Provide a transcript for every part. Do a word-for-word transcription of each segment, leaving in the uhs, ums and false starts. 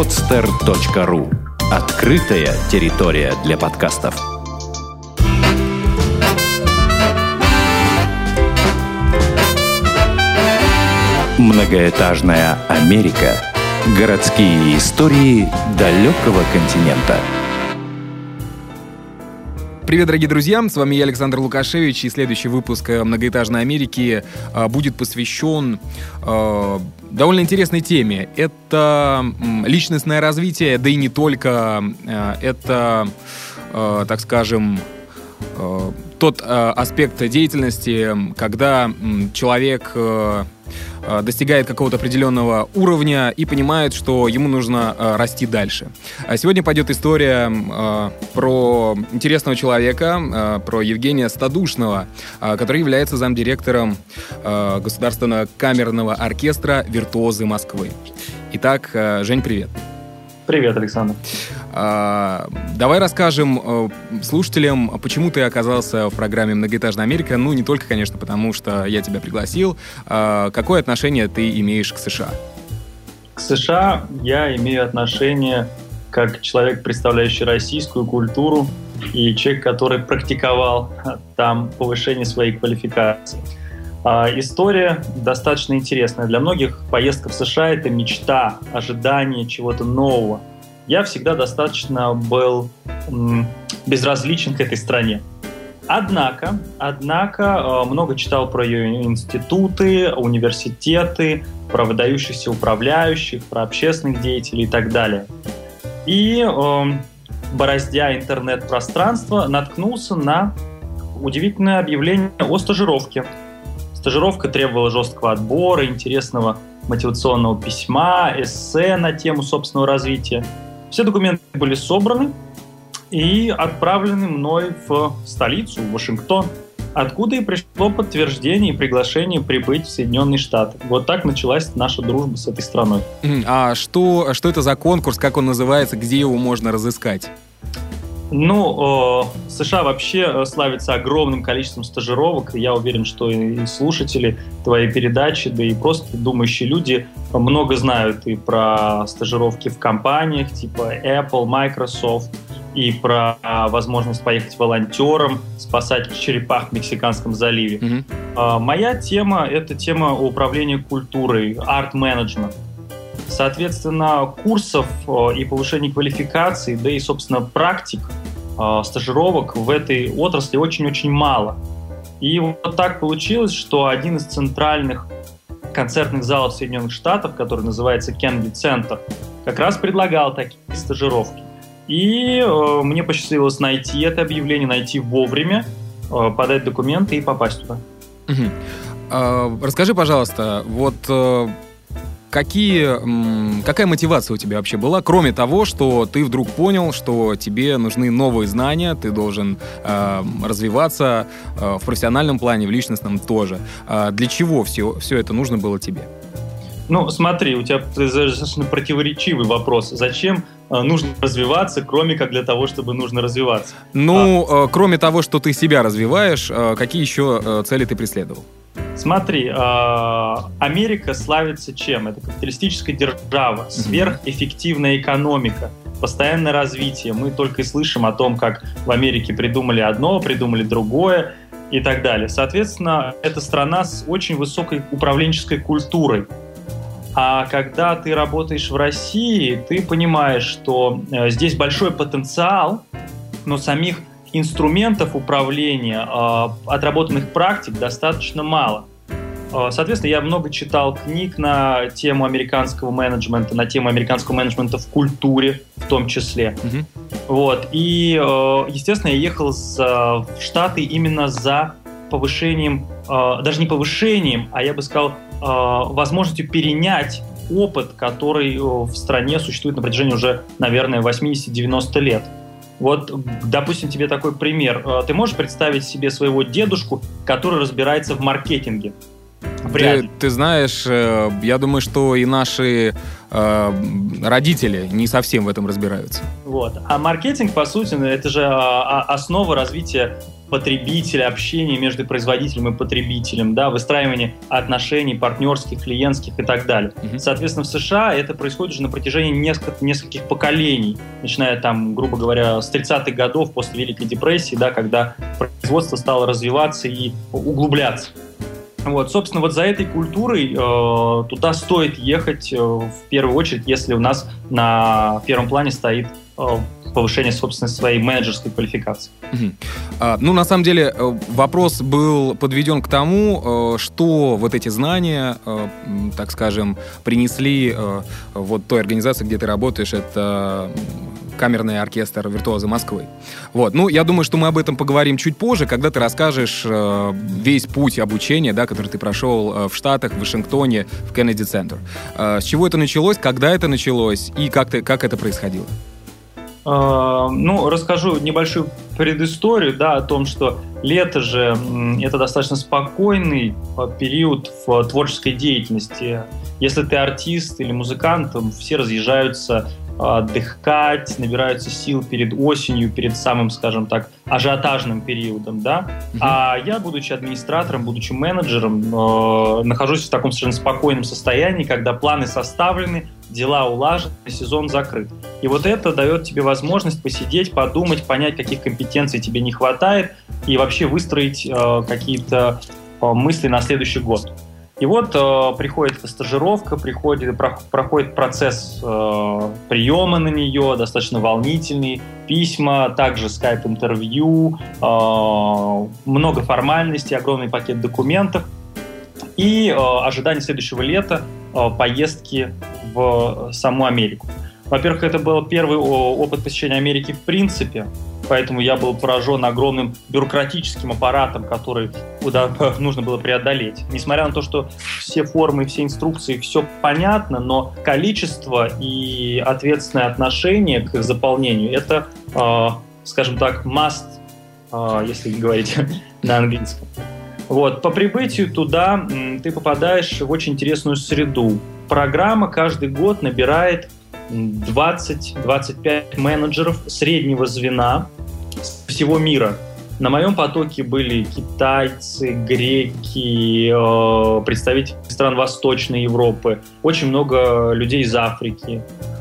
подстер точка ру. Открытая территория для подкастов. Многоэтажная Америка. Городские истории далекого континента. Привет, дорогие друзья, с вами я, Александр Лукашевич, и следующий выпуск «Многоэтажной Америки» будет посвящен э, довольно интересной теме. Это личностное развитие, да и не только. Это, э, так скажем, э, тот э, аспект деятельности, когда э, человек... Э, достигает какого-то определенного уровня и понимает, что ему нужно э, расти дальше. А сегодня пойдет история э, про интересного человека, э, про Евгения Стадушного, э, который является замдиректором э, Государственного камерного оркестра «Виртуозы Москвы». Итак, э, Жень, привет. Привет, Александр. А, давай расскажем э, слушателям, почему ты оказался в программе «Многоэтажная Америка». Ну, не только, конечно, потому что я тебя пригласил. А, какое отношение ты имеешь к США? К США я имею отношение как человек, представляющий российскую культуру, и человек, который практиковал там повышение своей квалификации. А, история достаточно интересная. Для многих поездка в США — это мечта, ожидание чего-то нового. Я всегда достаточно был м, безразличен к этой стране. Однако, однако много читал про ее институты, университеты, про выдающихся управляющих, про общественных деятелей и так далее. И, э, бороздя интернет-пространство, наткнулся на удивительное объявление о стажировке. Стажировка требовала жесткого отбора, интересного мотивационного письма, эссе на тему собственного развития. Все документы были собраны и отправлены мной в столицу, в Вашингтон, откуда и пришло подтверждение и приглашение прибыть в Соединенные Штаты. Вот так началась наша дружба с этой страной. А что, что это за конкурс, как он называется, где его можно разыскать? Ну, э, США вообще славится огромным количеством стажировок. Я уверен, что и слушатели твоей передачи, да и просто думающие люди много знают и про стажировки в компаниях типа Apple, Microsoft, и про возможность поехать волонтером, спасать черепах в Мексиканском заливе. Mm-hmm. Э, моя тема — это тема управления культурой, арт-менеджмент. Соответственно, курсов и повышения квалификации, да и, собственно, практик, стажировок в этой отрасли очень-очень мало. И вот так получилось, что один из центральных концертных залов Соединенных Штатов, который называется Kennedy Center, как раз предлагал такие стажировки. И э, мне посчастливилось найти это объявление, найти вовремя, э, подать документы и попасть туда. Угу. А, расскажи, пожалуйста, вот... Э... Какие, какая мотивация у тебя вообще была, кроме того, что ты вдруг понял, что тебе нужны новые знания, ты должен э, развиваться э, в профессиональном плане, в личностном тоже. Э, для чего все, все это нужно было тебе? Ну, смотри, у тебя достаточно противоречивый вопрос. Зачем э, нужно развиваться, кроме как для того, чтобы нужно развиваться? Ну, а... э, кроме того, что ты себя развиваешь, э, какие еще э, цели ты преследовал? Смотри, Америка славится чем? Это капиталистическая держава, сверхэффективная экономика, постоянное развитие. Мы только и слышим о том, как в Америке придумали одно, придумали другое и так далее. Соответственно, это страна с очень высокой управленческой культурой. А когда ты работаешь в России, ты понимаешь, что здесь большой потенциал, но самих инструментов управления, э, отработанных практик достаточно мало. Э, соответственно, я много читал книг на тему американского менеджмента, на тему американского менеджмента в культуре в том числе. Mm-hmm. Вот. И, э, естественно, я ехал с, э, в Штаты именно за повышением, э, даже не повышением, а я бы сказал, э, возможностью перенять опыт, который в стране существует на протяжении уже, наверное, восемьдесят-девяносто лет. Вот, допустим, тебе такой пример. Ты можешь представить себе своего дедушку, который разбирается в маркетинге? Ты, ты знаешь, я думаю, что и наши э, родители не совсем в этом разбираются. Вот. А маркетинг, по сути, это же основа развития потребителя, общение между производителем и потребителем, да, выстраивание отношений партнерских, клиентских и так далее. Mm-hmm. Соответственно, в США это происходит уже на протяжении нескольких, нескольких поколений, начиная там, грубо говоря, с тридцатых годов после Великой депрессии, да, когда производство стало развиваться и углубляться. Вот, собственно, вот за этой культурой э, туда стоит ехать э, в первую очередь, если у нас на первом плане стоит э, повышение, собственно, своей менеджерской квалификации. Uh-huh. А, ну, на самом деле, вопрос был подведен к тому, что вот эти знания, так скажем, принесли вот той организации, где ты работаешь, это камерный оркестр «Виртуозы Москвы». Вот. Ну, я думаю, что мы об этом поговорим чуть позже, когда ты расскажешь весь путь обучения, да, который ты прошел в Штатах, в Вашингтоне, в Кеннеди Центр. С чего это началось, когда это началось и как, ты, как это происходило? Ну, расскажу небольшую предысторию, да, о том, что лето же это достаточно спокойный период в творческой деятельности. Если ты артист или музыкант, то все разъезжаются отдыхать, набираются сил перед осенью, перед самым, скажем так, ажиотажным периодом, да. Mm-hmm. А я, будучи администратором, будучи менеджером, э, нахожусь в таком совершенно спокойном состоянии, когда планы составлены, дела улажены, сезон закрыт. И вот это дает тебе возможность посидеть, подумать, понять, каких компетенций тебе не хватает, и вообще выстроить э, какие-то э, мысли на следующий год. И вот э, приходит эта стажировка, приходит, про, проходит процесс э, приема на нее, достаточно волнительный, письма, также скайп-интервью, э, много формальностей, огромный пакет документов и э, ожидание следующего лета, э, поездки в саму Америку. Во-первых, это был первый опыт посещения Америки в принципе, поэтому я был поражен огромным бюрократическим аппаратом, который куда нужно было преодолеть. Несмотря на то, что все формы, все инструкции, все понятно, но количество и ответственное отношение к их заполнению — это, э, скажем так, must, э, если говорить на английском. Вот. По прибытию туда ты попадаешь в очень интересную среду. Программа каждый год набирает двадцать-двадцать пять менеджеров среднего звена всего мира. На моем потоке были китайцы, греки, э, представители стран Восточной Европы, очень много людей из Африки.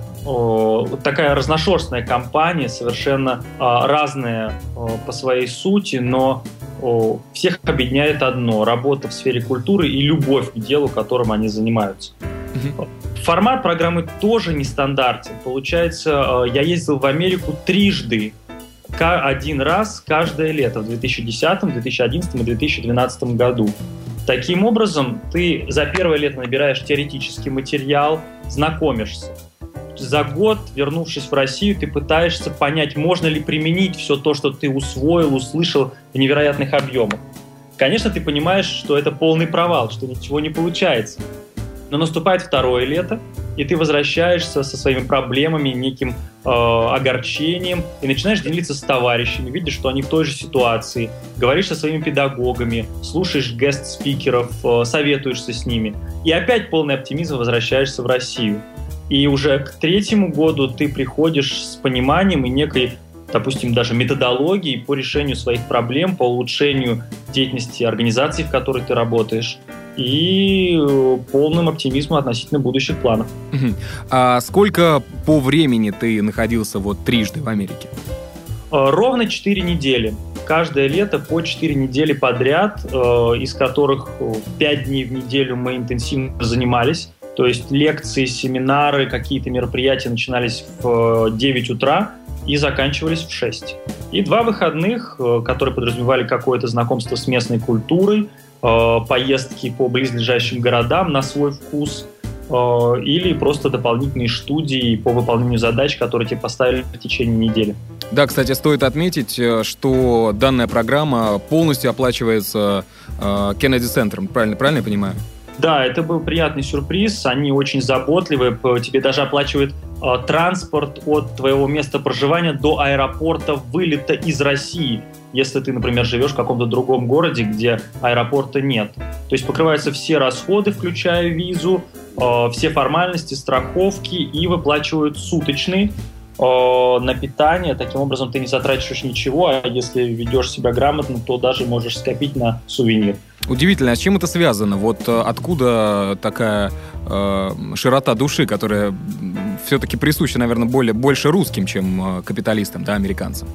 Э, такая разношерстная компания, совершенно э, разная э, по своей сути, но э, всех объединяет одно — работа в сфере культуры и любовь к делу, которым они занимаются. Mm-hmm. Формат программы тоже нестандартен. Получается, я ездил в Америку трижды, один раз каждое лето, в две тысячи десятом, две тысячи одиннадцатом и две тысячи двенадцатом году. Таким образом, ты за первое лето набираешь теоретический материал, знакомишься. За год, вернувшись в Россию, ты пытаешься понять, можно ли применить все то, что ты усвоил, услышал в невероятных объемах. Конечно, ты понимаешь, что это полный провал, что ничего не получается. Но наступает второе лето, и ты возвращаешься со своими проблемами, неким э, огорчением, и начинаешь делиться с товарищами, видишь, что они в той же ситуации, говоришь со своими педагогами, слушаешь гест-спикеров, э, советуешься с ними, и опять полный оптимизм возвращаешься в Россию. И уже к третьему году ты приходишь с пониманием и некой, допустим, даже методологией по решению своих проблем, по улучшению деятельности организации, в которой ты работаешь, и полным оптимизмом относительно будущих планов. А сколько по времени ты находился вот трижды в Америке? Ровно четыре недели. Каждое лето по четыре недели подряд, из которых пять дней в неделю мы интенсивно занимались. То есть лекции, семинары, какие-то мероприятия начинались в девять утра и заканчивались в шесть. И два выходных, которые подразумевали какое-то знакомство с местной культурой, поездки по близлежащим городам на свой вкус или просто дополнительные студии по выполнению задач, которые тебе поставили в течение недели. Да, кстати, стоит отметить, что данная программа полностью оплачивается Кеннеди Центром, правильно, правильно я понимаю? Да, это был приятный сюрприз, они очень заботливы, тебе даже оплачивают э, транспорт от твоего места проживания до аэропорта вылета из России, если ты, например, живешь в каком-то другом городе, где аэропорта нет. То есть покрываются все расходы, включая визу, э, все формальности, страховки, и выплачивают суточный. Э, на питание. Таким образом, ты не затратишь ничего, а если ведешь себя грамотно, то даже можешь скопить на сувенир. Удивительно, а с чем это связано? Вот откуда такая э, широта души, которая все-таки присуща, наверное, более, больше русским, чем капиталистам, да, американцам?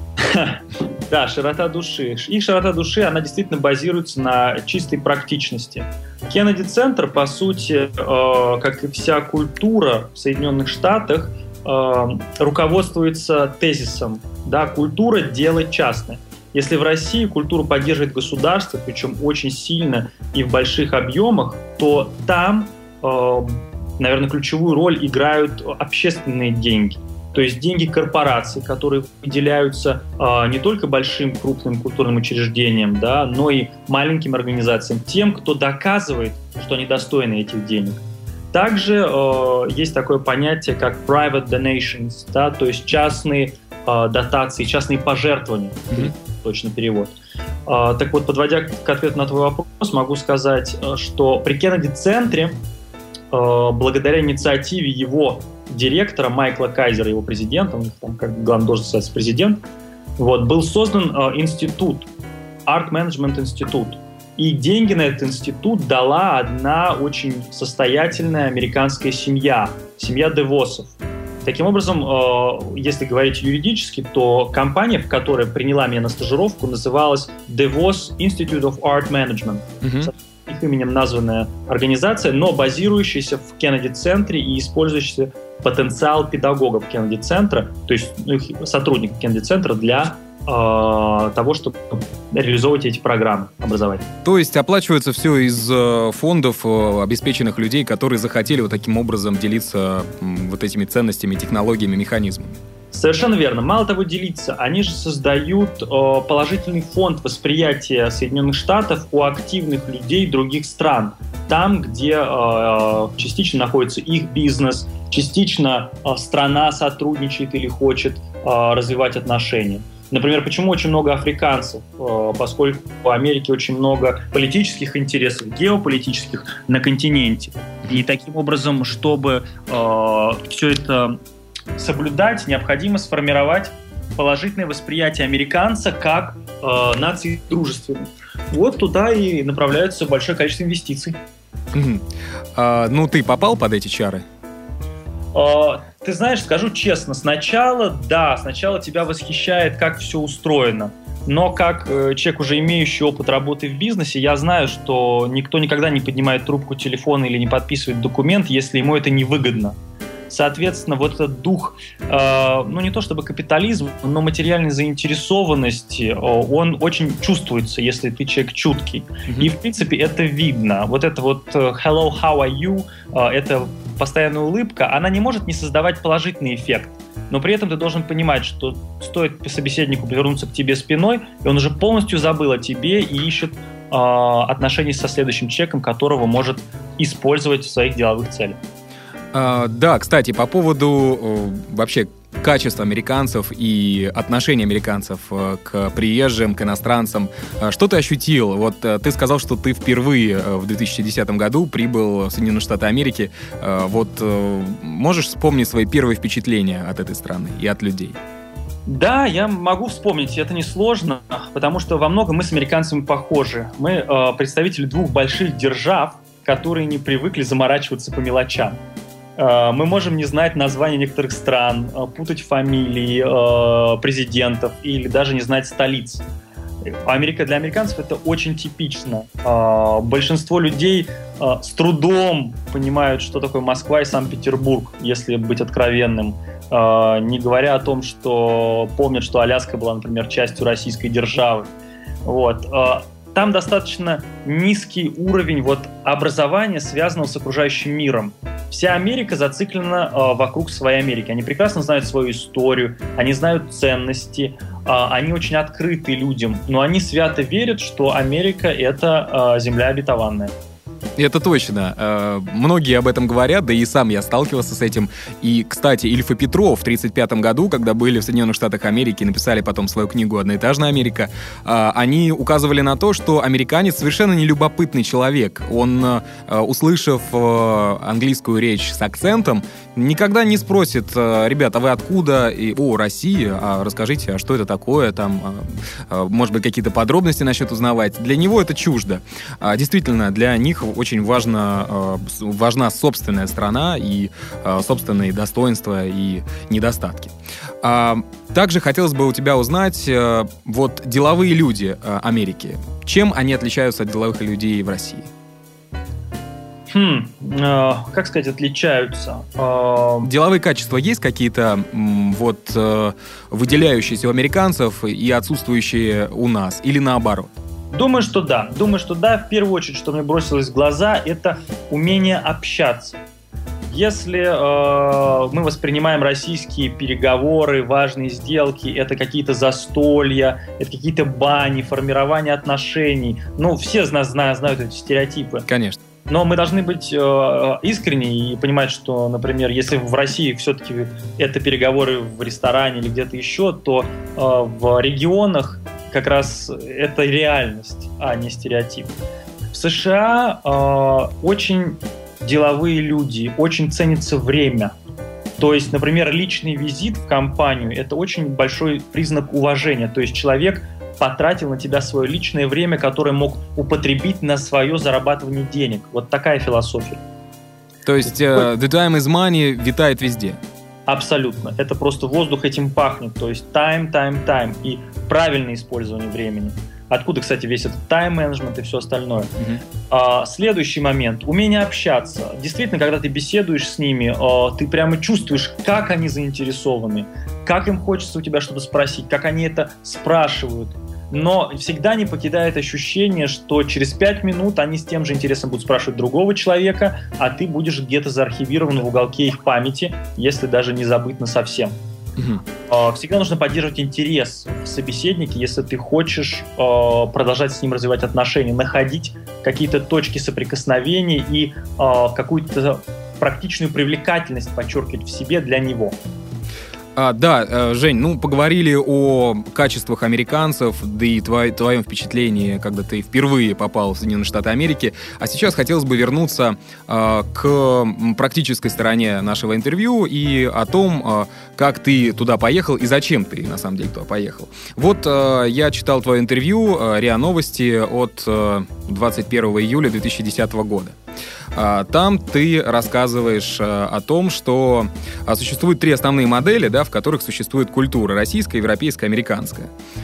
Да, широта души. Их широта души, она действительно базируется на чистой практичности. Кеннеди-центр, по сути, э, как и вся культура в Соединенных Штатах, э, руководствуется тезисом, да, культура – дело частное. Если в России культуру поддерживает государство, причем очень сильно и в больших объемах, то там, э, наверное, ключевую роль играют общественные деньги. То есть деньги корпораций, которые выделяются э, не только большим крупным культурным учреждениям, да, но и маленьким организациям, тем, кто доказывает, что они достойны этих денег. Также э, есть такое понятие, как private donations, да, то есть частные э, дотации, частные пожертвования. Mm-hmm. Точно перевод. А, так вот, подводя к ответу на твой вопрос, могу сказать, что при Кеннеди-центре, а, благодаря инициативе его директора Майкла Кайзера, его президента, у них там как главная должность называется президент, вот, был создан а, институт, Art Management Institute. И деньги на этот институт дала одна очень состоятельная американская семья, семья Девосов. Таким образом, если говорить юридически, то компания, в которой приняла меня на стажировку, называлась DeVos Institute of Art Management. Uh-huh. Их именем названная организация, но базирующаяся в Кеннеди-центре и использующая потенциал педагогов Кеннеди-центра, то есть их сотрудников Кеннеди-центра для э, того, чтобы реализовывать эти программы образования. То есть оплачивается все из э, фондов э, обеспеченных людей, которые захотели вот таким образом делиться э, вот этими ценностями, технологиями, механизмами. Совершенно верно. Мало того, делиться, они же создают э, положительный фонд восприятия Соединенных Штатов у активных людей других стран. Там, где э, частично находится их бизнес, частично э, страна сотрудничает или хочет э, развивать отношения. Например, почему очень много африканцев? Поскольку в Америке очень много политических интересов, геополитических на континенте. И таким образом, чтобы э, все это соблюдать, необходимо сформировать положительное восприятие американца как э, нации дружественной. Вот туда и направляется большое количество инвестиций. Mm-hmm. А, ну, ты попал под эти чары? Ты знаешь, скажу честно, сначала, да, сначала тебя восхищает, как все устроено. Но как э, человек, уже имеющий опыт работы в бизнесе, я знаю, что никто никогда не поднимает трубку телефона или не подписывает документ, если ему это невыгодно. Соответственно, вот этот дух, э, ну не то чтобы капитализм, но материальной заинтересованности, э, он очень чувствуется, если ты человек чуткий. Mm-hmm. И в принципе это видно. Вот это вот «hello, how are you», э, это постоянная улыбка, она не может не создавать положительный эффект. Но при этом ты должен понимать, что стоит собеседнику повернуться к тебе спиной, и он уже полностью забыл о тебе и ищет э, отношения со следующим человеком, которого может использовать в своих деловых целях. А, да, кстати, по поводу э, вообще качества американцев и отношения американцев э, к приезжим, к иностранцам. А, что ты ощутил? Вот э, ты сказал, что ты впервые э, в две тысячи десятом году прибыл в Соединенные Штаты Америки. Э, вот э, можешь вспомнить свои первые впечатления от этой страны и от людей? Да, я могу вспомнить, это несложно, потому что во многом мы с американцами похожи. Мы э, представители двух больших держав, которые не привыкли заморачиваться по мелочам. Мы можем не знать названия некоторых стран, путать фамилии президентов или даже не знать столиц. Америка, для американцев это очень типично. Большинство людей с трудом понимают, что такое Москва и Санкт-Петербург, если быть откровенным. Не говоря о том, что помнят, что Аляска была, например, частью российской державы. Вот. Там достаточно низкий уровень вот, образования, связанного с окружающим миром. Вся Америка зациклена э, вокруг своей Америки. Они прекрасно знают свою историю, они знают ценности, э, они очень открыты людям, но они свято верят, что Америка — это э, земля обетованная. Это точно. Многие об этом говорят, да и сам я сталкивался с этим. И, кстати, Ильф и Петров в тридцать пятом году, когда были в Соединенных Штатах Америки, написали потом свою книгу «Одноэтажная Америка», они указывали на то, что американец совершенно не любопытный человек. Он, услышав английскую речь с акцентом, никогда не спросит: ребята, а вы откуда? И, о, Россия, а расскажите, а что это такое? Там, может быть, какие-то подробности начнет узнавать. Для него это чуждо. Действительно, для них очень важно, важна собственная страна и собственные достоинства и недостатки. Также хотелось бы у тебя узнать, вот деловые люди Америки, чем они отличаются от деловых людей в России? Хм, э, как сказать, отличаются? Э... Деловые качества есть какие-то м, вот э, выделяющиеся у американцев и отсутствующие у нас, или наоборот? Думаю, что да. Думаю, что да. В первую очередь, что мне бросилось в глаза, это умение общаться. Если э, мы воспринимаем российские переговоры, важные сделки, это какие-то застолья, это какие-то бани, формирование отношений. Ну, все из нас знают, знают эти стереотипы. Конечно. Но мы должны быть э, искренни и понимать, что, например, если в России все-таки это переговоры в ресторане или где-то еще, то э, в регионах как раз это реальность, а не стереотип. В США э, очень деловые люди, очень ценится время. То есть, например, личный визит в компанию – это очень большой признак уважения. То есть человек потратил на тебя свое личное время, которое мог употребить на свое зарабатывание денег. Вот такая философия. То есть uh, the time is money витает везде? Абсолютно. Это просто воздух этим пахнет. То есть time, time, time. И правильное использование времени. Откуда, кстати, весь этот тайм-менеджмент и все остальное. Uh-huh. А, следующий момент. Умение общаться. Действительно, когда ты беседуешь с ними, а, ты прямо чувствуешь, как они заинтересованы, как им хочется у тебя что-то спросить, как они это спрашивают. Но всегда не покидает ощущение, что через пять минут они с тем же интересом будут спрашивать другого человека, а ты будешь где-то заархивирован в уголке их памяти, если даже не забыт насовсем. Uh-huh. Всегда нужно поддерживать интерес в собеседнике, если ты хочешь э, продолжать с ним развивать отношения, находить какие-то точки соприкосновения и э, какую-то практичную привлекательность подчеркивать в себе для него. А, да, Жень, ну, поговорили о качествах американцев, да и твое, твоем впечатлении, когда ты впервые попал в Соединенные Штаты Америки. А сейчас хотелось бы вернуться а, к практической стороне нашего интервью и о том, а, как ты туда поехал и зачем ты, на самом деле, туда поехал. Вот а, я читал твое интервью а, РИА Новости от а, двадцать первого июля две тысячи десятого года. Там ты рассказываешь о том, что существуют три основные модели, да, в которых существует культура: российская, европейская, американская.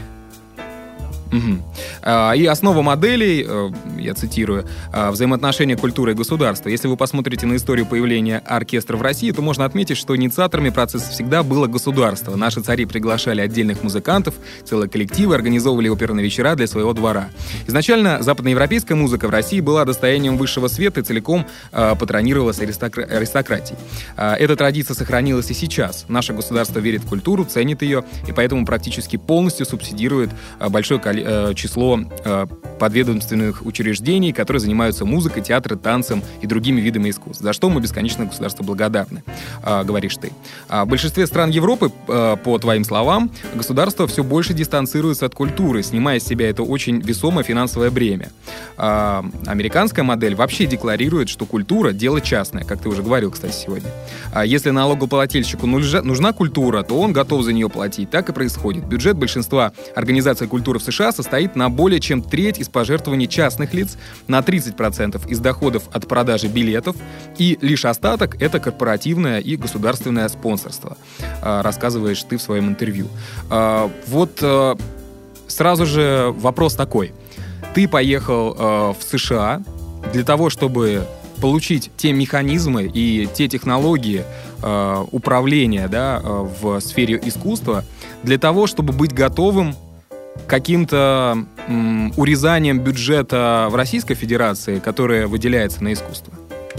Угу. И основа моделей, я цитирую, взаимоотношения культуры и государства. Если вы посмотрите на историю появления оркестра в России, то можно отметить, что инициаторами процесса всегда было государство. Наши цари приглашали отдельных музыкантов, целые коллективы, организовывали оперные вечера для своего двора. Изначально западноевропейская музыка в России была достоянием высшего света и целиком патронировалась аристокра- аристократией. Эта традиция сохранилась и сейчас. Наше государство верит в культуру, ценит ее, и поэтому практически полностью субсидирует большое количество число э, подведомственных учреждений, которые занимаются музыкой, театром, танцем и другими видами искусств, за что мы бесконечно государству благодарны, э, говоришь ты. А в большинстве стран Европы, э, по твоим словам, государство все больше дистанцируется от культуры, снимая с себя это очень весомое финансовое бремя. А американская модель вообще декларирует, что культура — дело частное, как ты уже говорил, кстати, сегодня. А если налогоплательщику нужна культура, то он готов за нее платить. Так и происходит. Бюджет большинства организаций культуры в США состоит на более чем треть из пожертвований частных лиц, на тридцать процентов из доходов от продажи билетов, и лишь остаток — это корпоративное и государственное спонсорство, рассказываешь ты в своем интервью. Вот сразу же вопрос такой. Ты поехал в США для того, чтобы получить те механизмы и те технологии управления, да, в сфере искусства, для того, чтобы быть готовым каким-то м, урезанием бюджета в Российской Федерации, которое выделяется на искусство?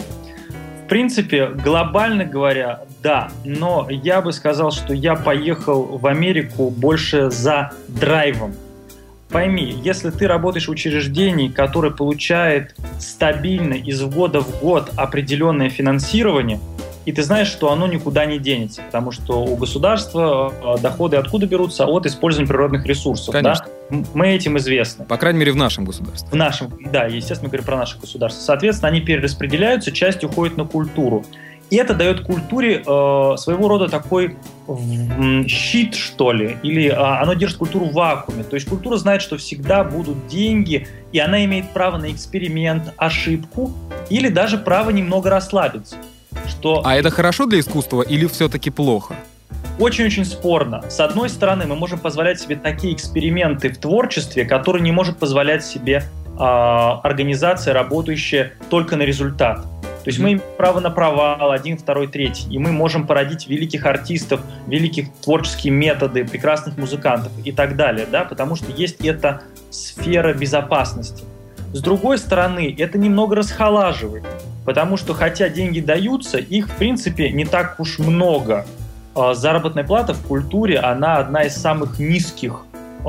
В принципе, глобально говоря, да. Но я бы сказал, что я поехал в Америку больше за драйвом. Пойми, если ты работаешь в учреждении, которое получает стабильно из года в год определенное финансирование, и ты знаешь, что оно никуда не денется, потому что у государства доходы откуда берутся? От использования природных ресурсов. Конечно. Да? Мы этим известны. По крайней мере, в нашем государстве. В нашем, да, естественно, говорю про наше государство. Соответственно, они перераспределяются, часть уходит на культуру. И это дает культуре э, своего рода такой э, щит, что ли, или э, оно держит культуру в вакууме. То есть культура знает, что всегда будут деньги, и она имеет право на эксперимент, ошибку, или даже право немного расслабиться. Что... А это хорошо для искусства или все-таки плохо? Очень-очень спорно. С одной стороны, мы можем позволять себе такие эксперименты в творчестве, которые не может позволять себе э, организация, работающая только на результат. То есть мы имеем право на провал, один, второй, третий. И мы можем породить великих артистов, великих творческие методы, прекрасных музыкантов и так далее, да, потому что есть эта сфера безопасности. С другой стороны, это немного расхолаживает, потому что хотя деньги даются, их, в принципе, не так уж много. Заработная плата в культуре, она одна из самых низких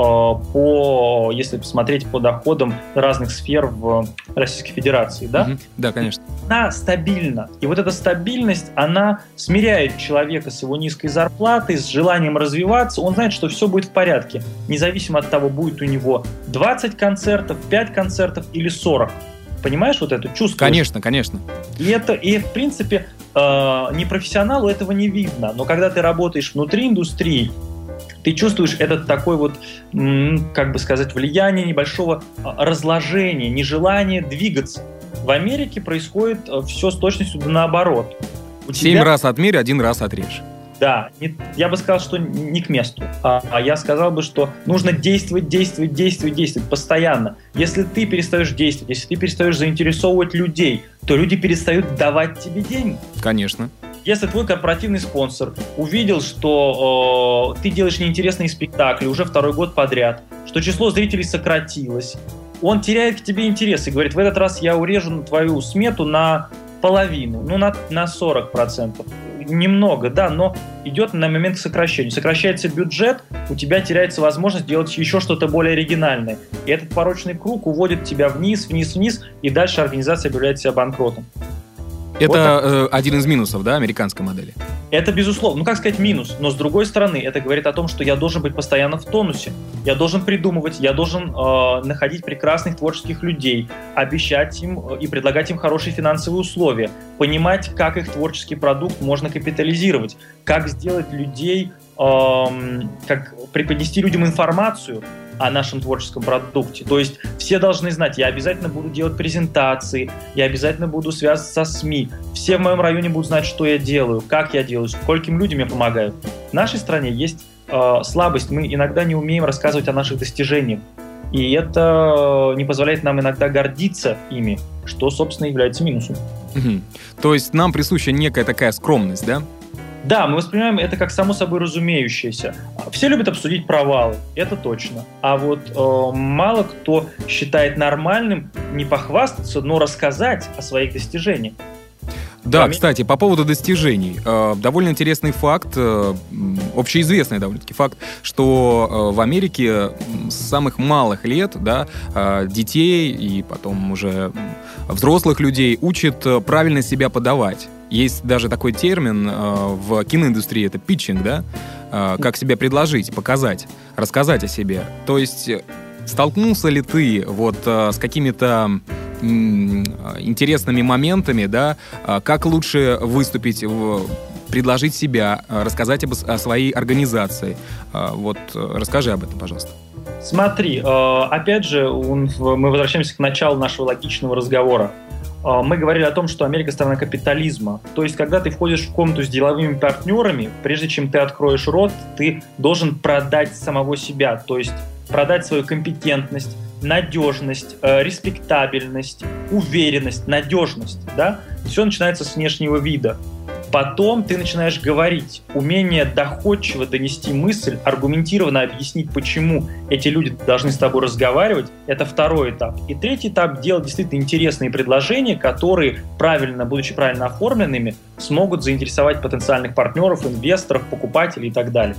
по, если посмотреть по доходам разных сфер в Российской Федерации, да? Mm-hmm. Да, конечно. Она стабильна. И вот эта стабильность, она смиряет человека с его низкой зарплатой, с желанием развиваться. Он знает, что все будет в порядке, независимо от того, будет у него двадцать концертов, пять концертов или сорок. Понимаешь вот это чувство? Конечно, конечно. И это, и в принципе, э, непрофессионалу этого не видно. Но когда ты работаешь внутри индустрии, ты чувствуешь этот такой вот, как бы сказать, влияние небольшого разложения, нежелание двигаться. В Америке происходит все с точностью да наоборот. У Семь тебя... раз отмерь, один раз отрежь. Да, не, я бы сказал, что не к месту. А, а я сказал бы, что нужно действовать, действовать, действовать, действовать постоянно. Если ты перестаешь действовать, если ты перестаешь заинтересовывать людей, то люди перестают давать тебе деньги. Конечно. Если твой корпоративный спонсор увидел, что э, ты делаешь неинтересные спектакли уже второй год подряд, что число зрителей сократилось, он теряет к тебе интерес и говорит: в этот раз я урежу твою смету на половину, ну на, на сорок процентов. Немного, да, но идет на момент к сокращению. Сокращается бюджет, у тебя теряется возможность делать еще что-то более оригинальное. И этот порочный круг уводит тебя вниз, вниз, вниз, и дальше организация объявляет себя банкротом. Это вот э, один из минусов, да, американской модели? Это безусловно. Ну, как сказать, минус. Но, с другой стороны, это говорит о том, что я должен быть постоянно в тонусе. Я должен придумывать, я должен э, находить прекрасных творческих людей, обещать им э, и предлагать им хорошие финансовые условия, понимать, как их творческий продукт можно капитализировать, как сделать людей, э, как преподнести людям информацию о нашем творческом продукте. То есть все должны знать, я обязательно буду делать презентации, я обязательно буду связываться со СМИ. Все в моем районе будут знать, что я делаю, как я делаю, скольким людям я помогаю. В нашей стране есть э, слабость, мы иногда не умеем рассказывать о наших достижениях. И это не позволяет нам иногда гордиться ими, что, собственно, является минусом. Угу. То есть нам присуща некая такая скромность, да? Да, мы воспринимаем это как само собой разумеющееся. Все любят обсудить провалы, это точно. А вот э, мало кто считает нормальным не похвастаться, но рассказать о своих достижениях. Да, Помимо... кстати, по поводу достижений. Э, довольно интересный факт, э, общеизвестный довольно-таки факт, что э, в Америке с самых малых лет, да, э, детей и потом уже взрослых людей учат правильно себя подавать. Есть даже такой термин э, в киноиндустрии, это питчинг, да? Э, как себя предложить, показать, рассказать о себе. То есть столкнулся ли ты вот э, с какими-то м, интересными моментами, да? Э, как лучше выступить, в, предложить себя, э, рассказать об, о своей организации? Э, вот э, расскажи об этом, пожалуйста. Смотри, э, опять же, он, мы возвращаемся к началу нашего логичного разговора. Мы говорили о том, что Америка страна капитализма. То есть, когда ты входишь в комнату с деловыми партнерами, прежде чем ты откроешь рот, ты должен продать самого себя. То есть, продать свою компетентность, надежность, э, респектабельность, уверенность, надежность. Да? Все начинается с внешнего вида. Потом ты начинаешь говорить. Умение доходчиво донести мысль, аргументированно объяснить, почему эти люди должны с тобой разговаривать, это второй этап. И третий этап — делать действительно интересные предложения, которые, правильно, будучи правильно оформленными, смогут заинтересовать потенциальных партнеров, инвесторов, покупателей и так далее.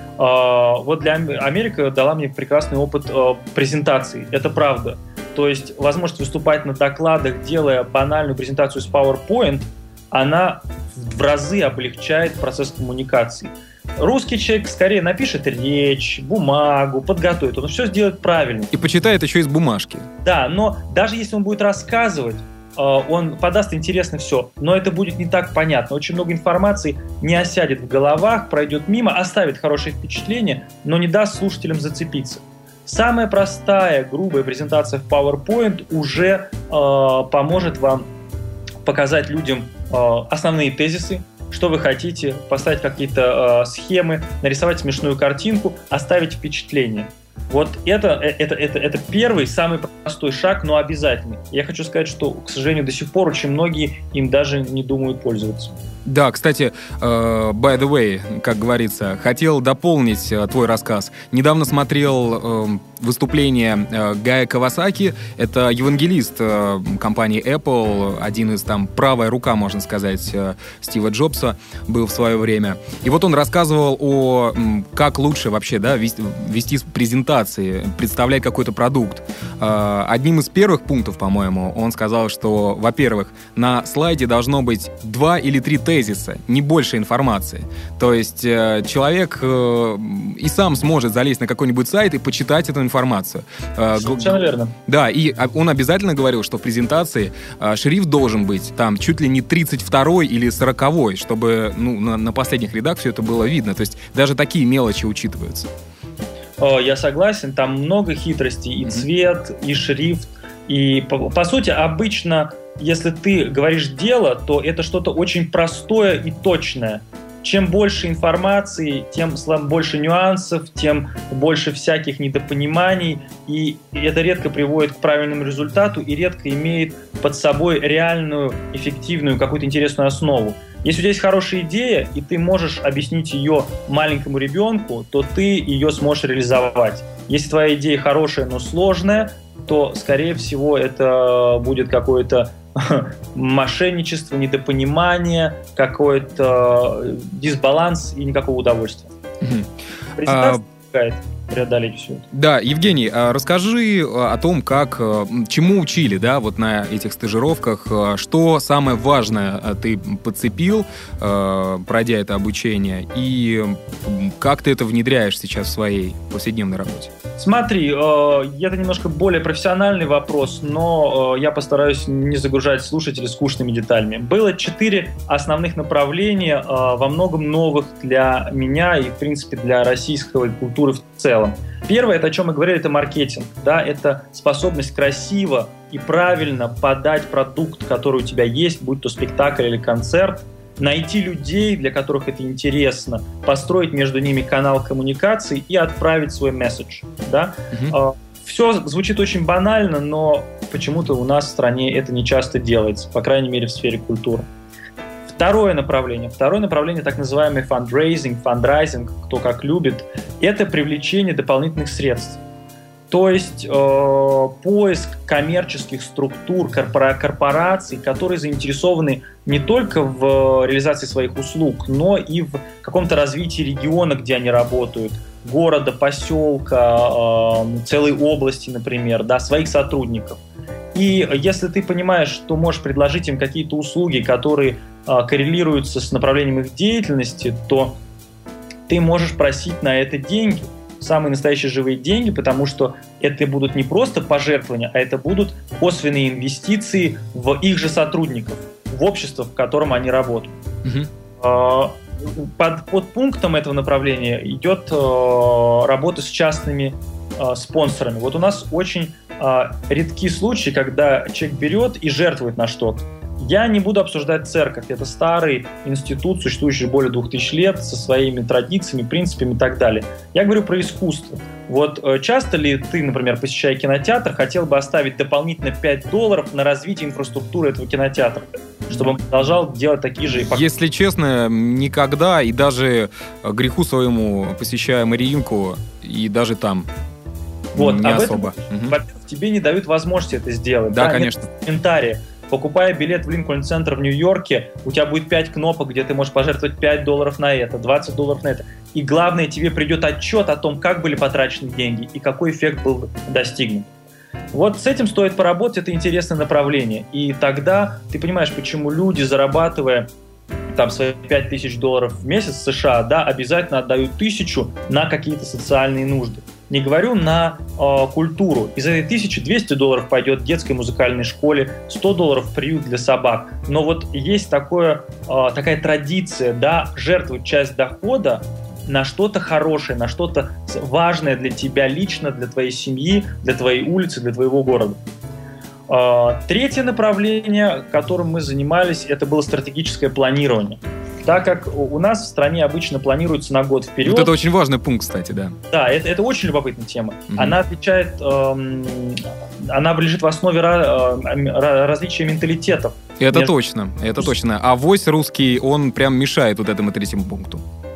Вот для Америка дала мне прекрасный опыт презентаций. Это правда. То есть возможность выступать на докладах, делая банальную презентацию с PowerPoint, она в разы облегчает процесс коммуникации. Русский человек скорее напишет речь, бумагу, подготовит. Он все сделает правильно. И почитает еще из бумажки. Да, но даже если он будет рассказывать, он подаст интересно все, но это будет не так понятно. Очень много информации не осядет в головах, пройдет мимо, оставит хорошее впечатление, но не даст слушателям зацепиться. Самая простая, грубая презентация в PowerPoint уже э, поможет вам показать людям э, основные тезисы, что вы хотите, поставить какие-то э, схемы, нарисовать смешную картинку, оставить впечатление. Вот это, это, это, это первый, самый простой шаг, но обязательный. Я хочу сказать, что, к сожалению, до сих пор очень многие им даже не думают пользоваться. Да, кстати, uh, by the way, как говорится, хотел дополнить uh, твой рассказ. Недавно смотрел uh, выступление uh, Гая Кавасаки. Это евангелист uh, компании Apple, один из там правая рука, можно сказать, uh, Стива Джобса был в свое время. И вот он рассказывал о um, как лучше вообще, да, вести, вести презентации, представлять какой-то продукт. Uh, одним из первых пунктов, по-моему, он сказал, что, во-первых, на слайде должно быть два или три тезиса, не больше информации. То есть э, человек э, и сам сможет залезть на какой-нибудь сайт и почитать эту информацию. Э, Совершенно верно. Да, и он обязательно говорил, что в презентации э, шрифт должен быть там чуть ли не тридцать второй или сороковой, чтобы ну, на, на последних рядах все это было видно. То есть даже такие мелочи учитываются. Я согласен, там много хитростей, и цвет, и шрифт. И по, по сути, обычно, если ты говоришь дело, то это что-то очень простое и точное. Чем больше информации, тем больше нюансов, тем больше всяких недопониманий, и это редко приводит к правильному результату и редко имеет под собой реальную, эффективную, какую-то интересную основу. Если у тебя есть хорошая идея, и ты можешь объяснить ее маленькому ребенку, то ты ее сможешь реализовать. Если твоя идея хорошая, но сложная, то, скорее всего, это будет какое-то мошенничество, недопонимание, какой-то дисбаланс и никакого удовольствия. Презентация помогает преодолеть все это. Да, Евгений, расскажи о том, как, чему учили, да, вот на этих стажировках, что самое важное ты подцепил, пройдя это обучение, и как ты это внедряешь сейчас в своей повседневной работе? Смотри, это немножко более профессиональный вопрос, но я постараюсь не загружать слушателей скучными деталями. Было четыре основных направления, во многом новых для меня и, в принципе, для российской культуры в целом. Первое, это о чем мы говорили, это маркетинг. Да? Это способность красиво и правильно подать продукт, который у тебя есть, будь то спектакль или концерт, найти людей, для которых это интересно, построить между ними канал коммуникаций и отправить свой месседж. Да? Uh-huh. Все звучит очень банально, но почему-то у нас в стране это не часто делается, по крайней мере в сфере культуры. Второе направление. Второе направление, так называемый fundraising, fundraising, кто как любит, это привлечение дополнительных средств. То есть э, поиск коммерческих структур, корпора- корпораций, которые заинтересованы не только в реализации своих услуг, но и в каком-то развитии региона, где они работают, города, поселка, э, целой области, например, да, своих сотрудников. И если ты понимаешь, что можешь предложить им какие-то услуги, которые э, коррелируются с направлением их деятельности, то ты можешь просить на это деньги. Самые настоящие живые деньги, потому что это будут не просто пожертвования, а это будут косвенные инвестиции в их же сотрудников, в общество, в котором они работают. Uh-huh. Под, под пунктом этого направления идет работа с частными спонсорами. Вот у нас очень редки случаи, когда человек берет и жертвует на что-то. Я не буду обсуждать церковь. Это старый институт, существующий более двух тысяч лет, со своими традициями, принципами и так далее. Я говорю про искусство. Вот часто ли ты, например, посещая кинотеатр, хотел бы оставить дополнительно пять долларов на развитие инфраструктуры этого кинотеатра, чтобы он продолжал делать такие же... Если честно, никогда, и даже греху своему посещая Мариинку, и даже там вот, не об особо. Этом, угу. Во-первых, тебе не дают возможности это сделать. Да, да? конечно. Нет комментария. Покупая билет в Линкольн-центр в Нью-Йорке, у тебя будет пять кнопок, где ты можешь пожертвовать пять долларов на это, двадцать долларов на это. И главное, тебе придет отчет о том, как были потрачены деньги и какой эффект был достигнут. Вот с этим стоит поработать, это интересное направление. И тогда ты понимаешь, почему люди, зарабатывая там свои пять тысяч долларов в месяц в США, да, обязательно отдают тысячу на какие-то социальные нужды. не говорю на э, культуру. Из этой тысячи двести долларов пойдет детской музыкальной школе, сто долларов в приют для собак. Но вот есть такое, э, такая традиция, да, жертвовать часть дохода на что-то хорошее, на что-то важное для тебя лично, для твоей семьи, для твоей улицы, для твоего города. Третье направление, которым мы занимались, это было стратегическое планирование. Так как у нас в стране обычно планируется на год вперед. Вот это очень важный пункт, кстати, да. Да, это, это очень любопытная тема. Угу. Она отвечает, эм, она лежит в основе ra- ra- различия менталитетов. Это между... точно, это точно. А вось русский, он прям мешает вот этому третьему пункту.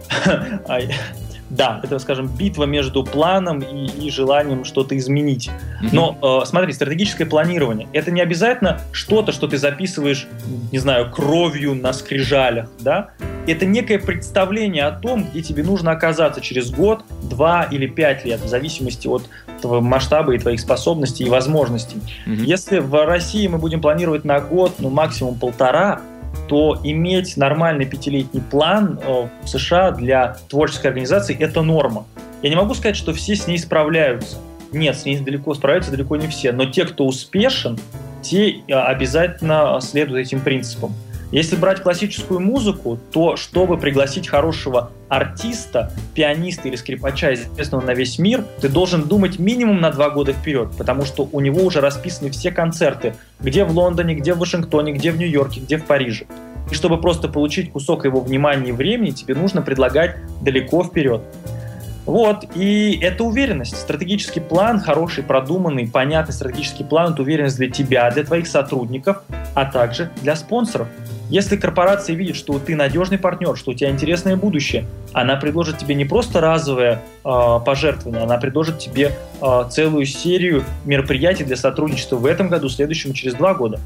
Да, это, скажем, битва между планом и, и желанием что-то изменить. Mm-hmm. Но э, смотри, стратегическое планирование — это не обязательно что-то, что ты записываешь, не знаю, кровью на скрижалях, да? Это некое представление о том, где тебе нужно оказаться через год, два или пять лет, в зависимости от твоего масштаба и твоих способностей и возможностей. Mm-hmm. Если в России мы будем планировать на год, ну, максимум полтора, то иметь нормальный пятилетний план в США для творческой организации – это норма. Я не могу сказать, что все с ней справляются. Нет, с ней далеко справляются далеко не все. Но те, кто успешен, те обязательно следуют этим принципам. Если брать классическую музыку, то чтобы пригласить хорошего артиста, пианиста или скрипача, известного на весь мир, ты должен думать минимум на два года вперед, потому что у него уже расписаны все концерты, где в Лондоне, где в Вашингтоне, где в Нью-Йорке, где в Париже. И чтобы просто получить кусок его внимания и времени, тебе нужно предлагать далеко вперед. Вот, и это уверенность. Стратегический план, хороший, продуманный, понятный стратегический план – это уверенность для тебя, для твоих сотрудников, а также для спонсоров. Если корпорация видит, что ты надежный партнер, что у тебя интересное будущее, она предложит тебе не просто разовое э, пожертвование, она предложит тебе э, целую серию мероприятий для сотрудничества в этом году, в следующем, через два года.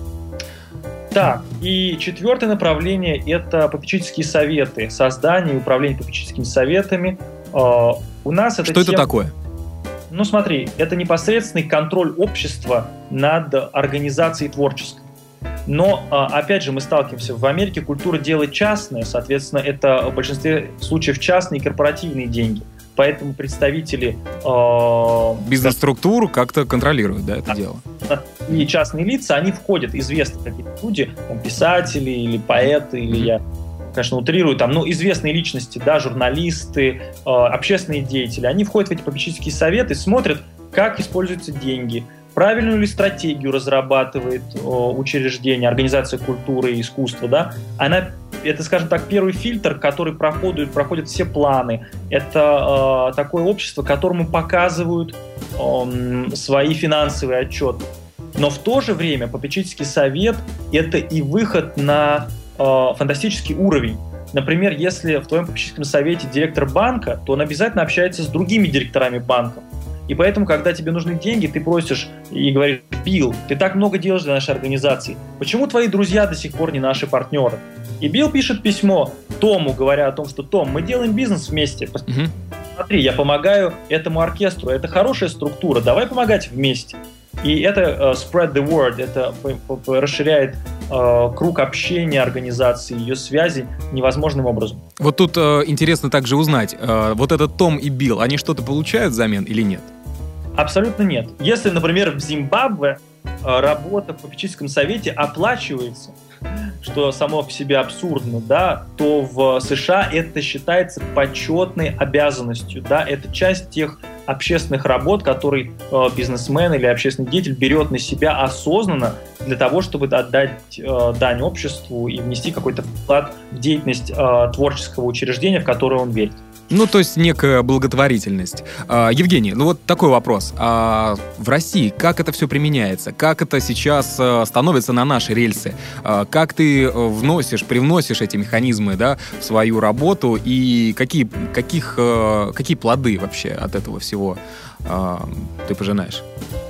Так, и четвертое направление – это попечительские советы, создание и управление попечительскими советами. Э, у нас это Что тема... это такое? Ну смотри, это непосредственный контроль общества над организацией творческой. Но, опять же, мы сталкиваемся, в Америке культура делает частное, соответственно, это в большинстве случаев частные и корпоративные деньги. Поэтому представители... Э, Бизнес-структуру как-то контролируют, да, это да, дело. И частные лица, они входят, известные какие-то люди, там, писатели или поэты, или я, конечно, утрирую, там, ну, известные личности, да, журналисты, э, общественные деятели, они входят в эти попечительские советы, смотрят, как используются деньги, правильную ли стратегию разрабатывает о, учреждение, организация культуры и искусства, да? Она, это, скажем так, первый фильтр, который проходит, проходит все планы. Это э, такое общество, которому показывают э, свои финансовые отчеты. Но в то же время попечительский совет – это и выход на э, фантастический уровень. Например, если в твоем попечительском совете директор банка, то он обязательно общается с другими директорами банков. И поэтому, когда тебе нужны деньги, ты просишь и говоришь: Билл, ты так много делаешь для нашей организации, почему твои друзья до сих пор не наши партнеры? И Билл пишет письмо Тому, говоря о том, что: Том, мы делаем бизнес вместе. Угу. Смотри, я помогаю этому оркестру, это хорошая структура, давай помогать вместе. И это uh, spread the word, это расширяет uh, круг общения организации, ее связи невозможным образом. Вот тут uh, интересно также узнать, uh, вот этот Том и Билл, они что-то получают взамен или нет? Абсолютно нет. Если, например, в Зимбабве uh, работа в попечительском совете оплачивается, что само по себе абсурдно, да, то в США это считается почетной обязанностью, да, это часть тех общественных работ, которые э, бизнесмен или общественный деятель берет на себя осознанно для того, чтобы отдать э, дань обществу и внести какой-то вклад в деятельность э, творческого учреждения, в которое он верит. Ну, то есть некая благотворительность. А, Евгений, ну вот такой вопрос. А в России как это все применяется? Как это сейчас а, становится на наши рельсы? А, как ты вносишь, привносишь эти механизмы, да, в свою работу? И какие, каких, а, какие плоды вообще от этого всего а, ты пожинаешь?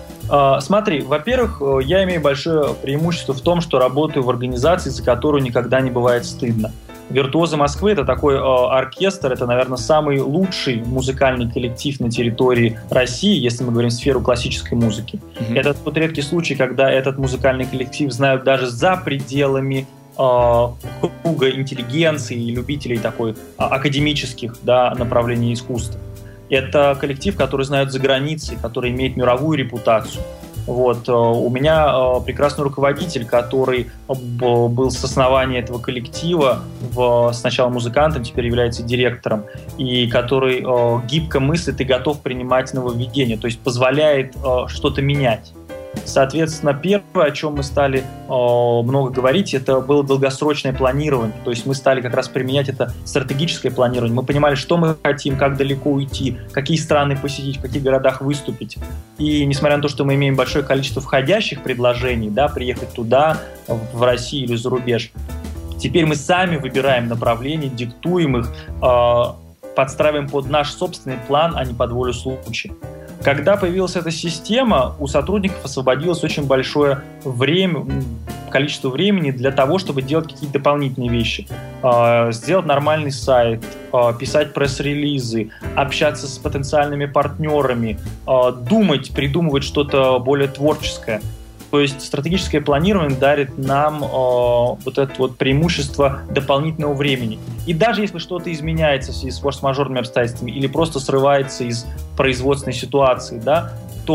А, смотри, во-первых, я имею большое преимущество в том, что работаю в организации, за которую никогда не бывает стыдно. «Виртуозы Москвы» — это такой э, оркестр, это, наверное, самый лучший музыкальный коллектив на территории России, если мы говорим сферу классической музыки. Mm-hmm. Это тот редкий случай, когда этот музыкальный коллектив знают даже за пределами э, круга интеллигенции и любителей такой э, академических, да, направлений искусства. Это коллектив, который знают за границей, который имеет мировую репутацию. Вот. У меня прекрасный руководитель, который был с основания этого коллектива, сначала музыкантом, теперь является директором, и который гибко мыслит и готов принимать нововведения, то есть позволяет что-то менять. Соответственно, первое, о чем мы стали э, много говорить, это было долгосрочное планирование. То есть мы стали как раз применять это стратегическое планирование. Мы понимали, что мы хотим, как далеко уйти, какие страны посетить, в каких городах выступить. И несмотря на то, что мы имеем большое количество входящих предложений, да, приехать туда, в Россию или за рубеж, теперь мы сами выбираем направления, диктуем их, э, подстраиваем под наш собственный план, а не под волю случая. Когда появилась эта система, у сотрудников освободилось очень большое время, количество времени для того, чтобы делать какие-то дополнительные вещи. Сделать нормальный сайт, писать пресс-релизы, общаться с потенциальными партнерами, думать, придумывать что-то более творческое. То есть стратегическое планирование дарит нам э, вот это вот преимущество дополнительного времени. И даже если что-то изменяется в связи с форс-мажорными обстоятельствами или просто срывается из производственной ситуации, да,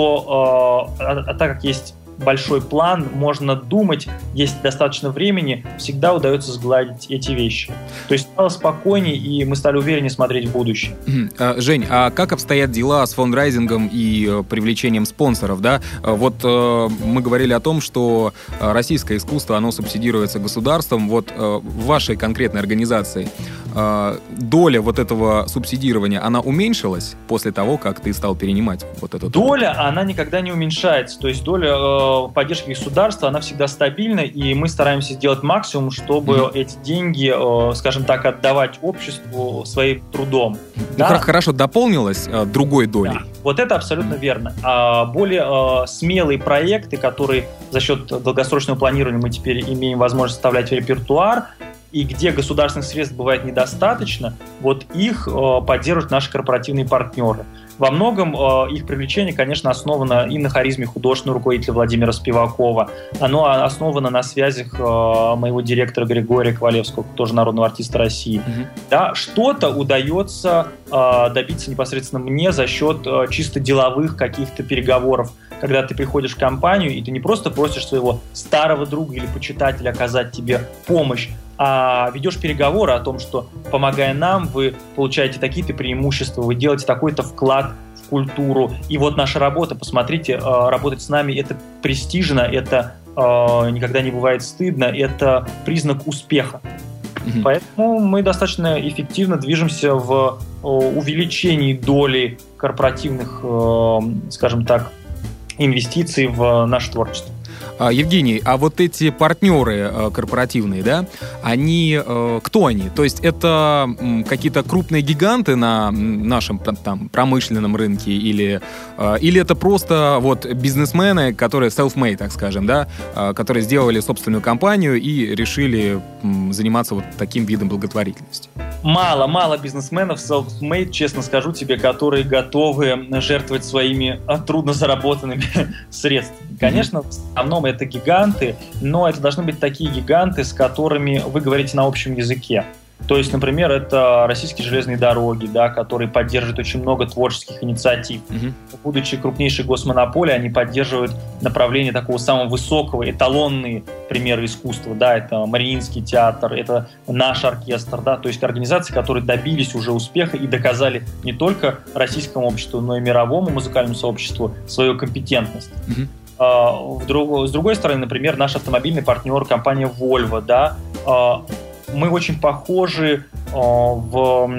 то э, а, а так как есть большой план, можно думать, есть достаточно времени, всегда удается сгладить эти вещи. То есть стало спокойнее, и мы стали увереннее смотреть в будущее. Жень, а как обстоят дела с фандрайзингом и привлечением спонсоров, да? Вот э, мы говорили о том, что российское искусство, оно субсидируется государством. Вот э, в вашей конкретной организации э, доля вот этого субсидирования, она уменьшилась после того, как ты стал перенимать вот эту доля? Доля, она никогда не уменьшается. То есть доля э, поддержки государства, она всегда стабильна, и мы стараемся сделать максимум, чтобы mm-hmm. эти деньги, э, скажем так, отдавать обществу своим трудом. Ну, да? Хорошо дополнилось э, другой долей. Да, вот это абсолютно mm-hmm. верно. А более э, смелые проекты, которые за счет долгосрочного планирования мы теперь имеем возможность составлять в репертуар, и где государственных средств бывает недостаточно, вот их э, поддерживают наши корпоративные партнеры. Во многом э, их привлечение, конечно, основано и на харизме художественного руководителя Владимира Спивакова. Оно основано на связях э, моего директора Григория Ковалевского, тоже народного артиста России. Mm-hmm. Да, что-то удается э, добиться непосредственно мне за счет э, чисто деловых каких-то переговоров. Когда ты приходишь в компанию, и ты не просто просишь своего старого друга или почитателя оказать тебе помощь, а ведешь переговоры о том, что, помогая нам, вы получаете такие-то преимущества, вы делаете такой-то вклад в культуру. И вот наша работа, посмотрите, работать с нами — это престижно, это никогда не бывает стыдно, это признак успеха. Mm-hmm. Поэтому мы достаточно эффективно движемся в увеличении доли корпоративных, скажем так, инвестиций в наше творчество. Евгений, а вот эти партнеры э, корпоративные, да, они, э, кто они? То есть это м, какие-то крупные гиганты на нашем там промышленном рынке или, э, или это просто вот бизнесмены, которые self-made, так скажем, да, э, которые сделали собственную компанию и решили м, заниматься вот таким видом благотворительности? Мало-мало бизнесменов self-made, честно скажу тебе, которые готовы жертвовать своими трудно заработанными средствами. Конечно, в основном это гиганты, но это должны быть такие гиганты, с которыми вы говорите на общем языке. То есть, например, это российские железные дороги, да, которые поддерживают очень много творческих инициатив. Mm-hmm. Будучи крупнейшей госмонополией, они поддерживают направление такого самого высокого, эталонные примеры искусства. Да, это Мариинский театр, это наш оркестр. Да, то есть организации, которые добились уже успеха и доказали не только российскому обществу, но и мировому музыкальному сообществу свою компетентность. Mm-hmm. Uh, в друг, с другой стороны, например, наш автомобильный партнер, компания Volvo, да, uh, мы очень похожи uh, в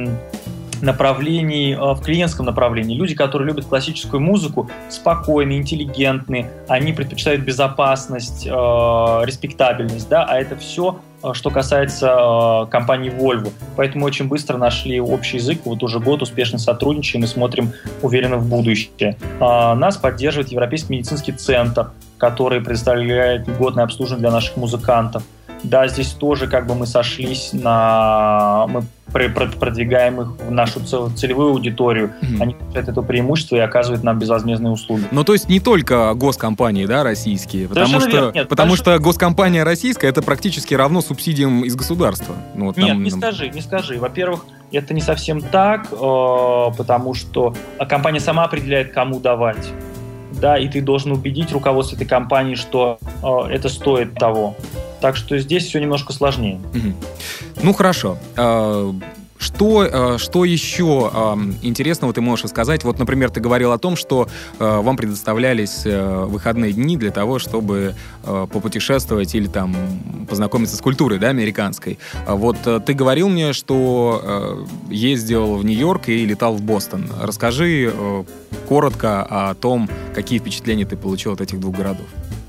направлении, uh, в клиентском направлении. Люди, которые любят классическую музыку, спокойные, интеллигентные, они предпочитают безопасность, uh, респектабельность, да, а это все, что касается э, компании Volvo. Поэтому очень быстро нашли общий язык. Вот уже год успешно сотрудничаем и смотрим уверенно в будущее. Э, нас поддерживает Европейский медицинский центр, который предоставляет льготное обслуживание для наших музыкантов. Да, здесь тоже как бы мы сошлись на... Мы продвигаем их в нашу целевую аудиторию. Mm-hmm. Они получают это преимущество и оказывают нам безвозмездные услуги. Ну, то есть не только госкомпании, да, российские, потому что, Нет, потому что госкомпания российская — это практически равно субсидиям из государства. Ну, вот Нет, там... не скажи, не скажи. Во-первых, это не совсем так, э, потому что компания сама определяет, кому давать. Да, и ты должен убедить руководство этой компании, что э, это стоит того. Так что здесь все немножко сложнее. Mm-hmm. Ну, хорошо. Что, что еще интересного ты можешь рассказать? Вот, например, ты говорил о том, что вам предоставлялись выходные дни для того, чтобы попутешествовать или там познакомиться с культурой, да, американской. Вот ты говорил мне, что ездил в Нью-Йорк и летал в Бостон. Расскажи коротко о том, какие впечатления ты получил от этих двух городов.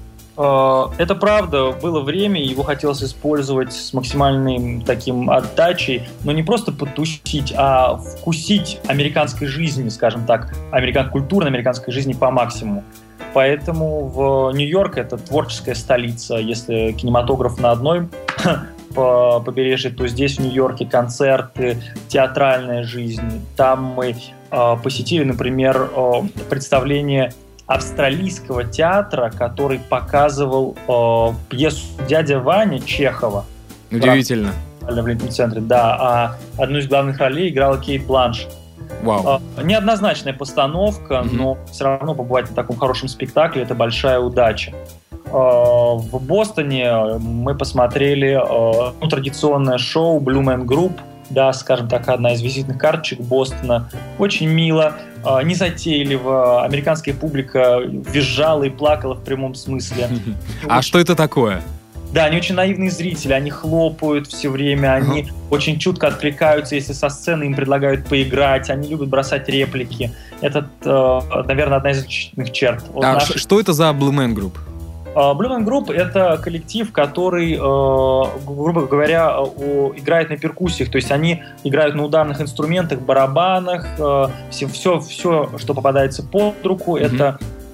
Это правда, было время, его хотелось использовать с максимальной таким отдачей, но не просто потусить, а вкусить американской жизни, скажем так, американ... культурной американской жизни по максимуму. Поэтому в Нью-Йорк это творческая столица, если кинематограф на одной по побережье, то здесь в Нью-Йорке концерты, театральная жизнь. Там мы э, посетили, например, э, представление австралийского театра, который показывал э, пьесу «Дядя Ваня» Чехова. Удивительно. В Олимпийском центре, да. А одну из главных ролей играла Кейт Бланшетт. Вау. Э, неоднозначная постановка, mm-hmm. но все равно побывать на таком хорошем спектакле – это большая удача. Э, в Бостоне мы посмотрели э, ну, традиционное шоу Blue Man Group. Да, скажем так, одна из визитных карточек Бостона. Очень мило, э, незатейливо. Американская публика визжала и плакала в прямом смысле. А очень... что это такое? Да, они очень наивные зрители, они хлопают все время, они очень чутко откликаются, если со сцены им предлагают поиграть, они любят бросать реплики. Это, э, наверное, одна из отличительных черт. Вот а наших... Что это за Blue Man Group? Blue Man Group — это коллектив, который, грубо говоря, играет на перкуссиях, то есть они играют на ударных инструментах, барабанах, все, все, все что попадается под руку, mm-hmm. это,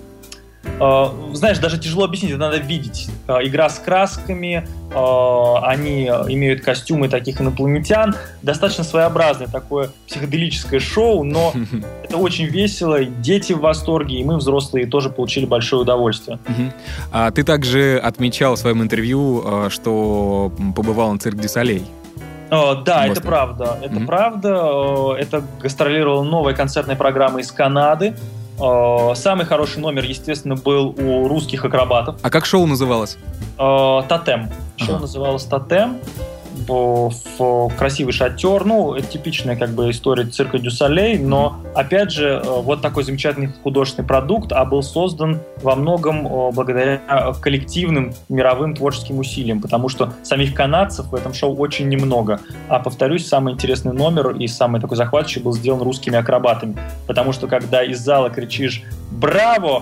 знаешь, даже тяжело объяснить, это надо видеть. Игра с красками, они имеют костюмы таких инопланетян, достаточно своеобразное такое психоделическое шоу, но это очень весело, дети в восторге, и мы, взрослые, тоже получили большое удовольствие. А ты также отмечал в своем интервью, что побывал на Цирк дю Солей. Uh, да, это правда. Это mm-hmm. правда. Uh, это гастролировала новая концертная программа из Канады. Uh, самый хороший номер, естественно, был у русских акробатов. А как шоу называлось? Uh, «Тотем». Шоу ага. называлось «Тотем». В, в красивый шатер. Ну, это типичная как бы история Цирка дю Солей, но, опять же, вот такой замечательный художественный продукт, а был создан во многом благодаря коллективным мировым творческим усилиям, потому что самих канадцев в этом шоу очень немного. А, повторюсь, самый интересный номер и самый такой захватывающий был сделан русскими акробатами, потому что, когда из зала кричишь «Браво!»,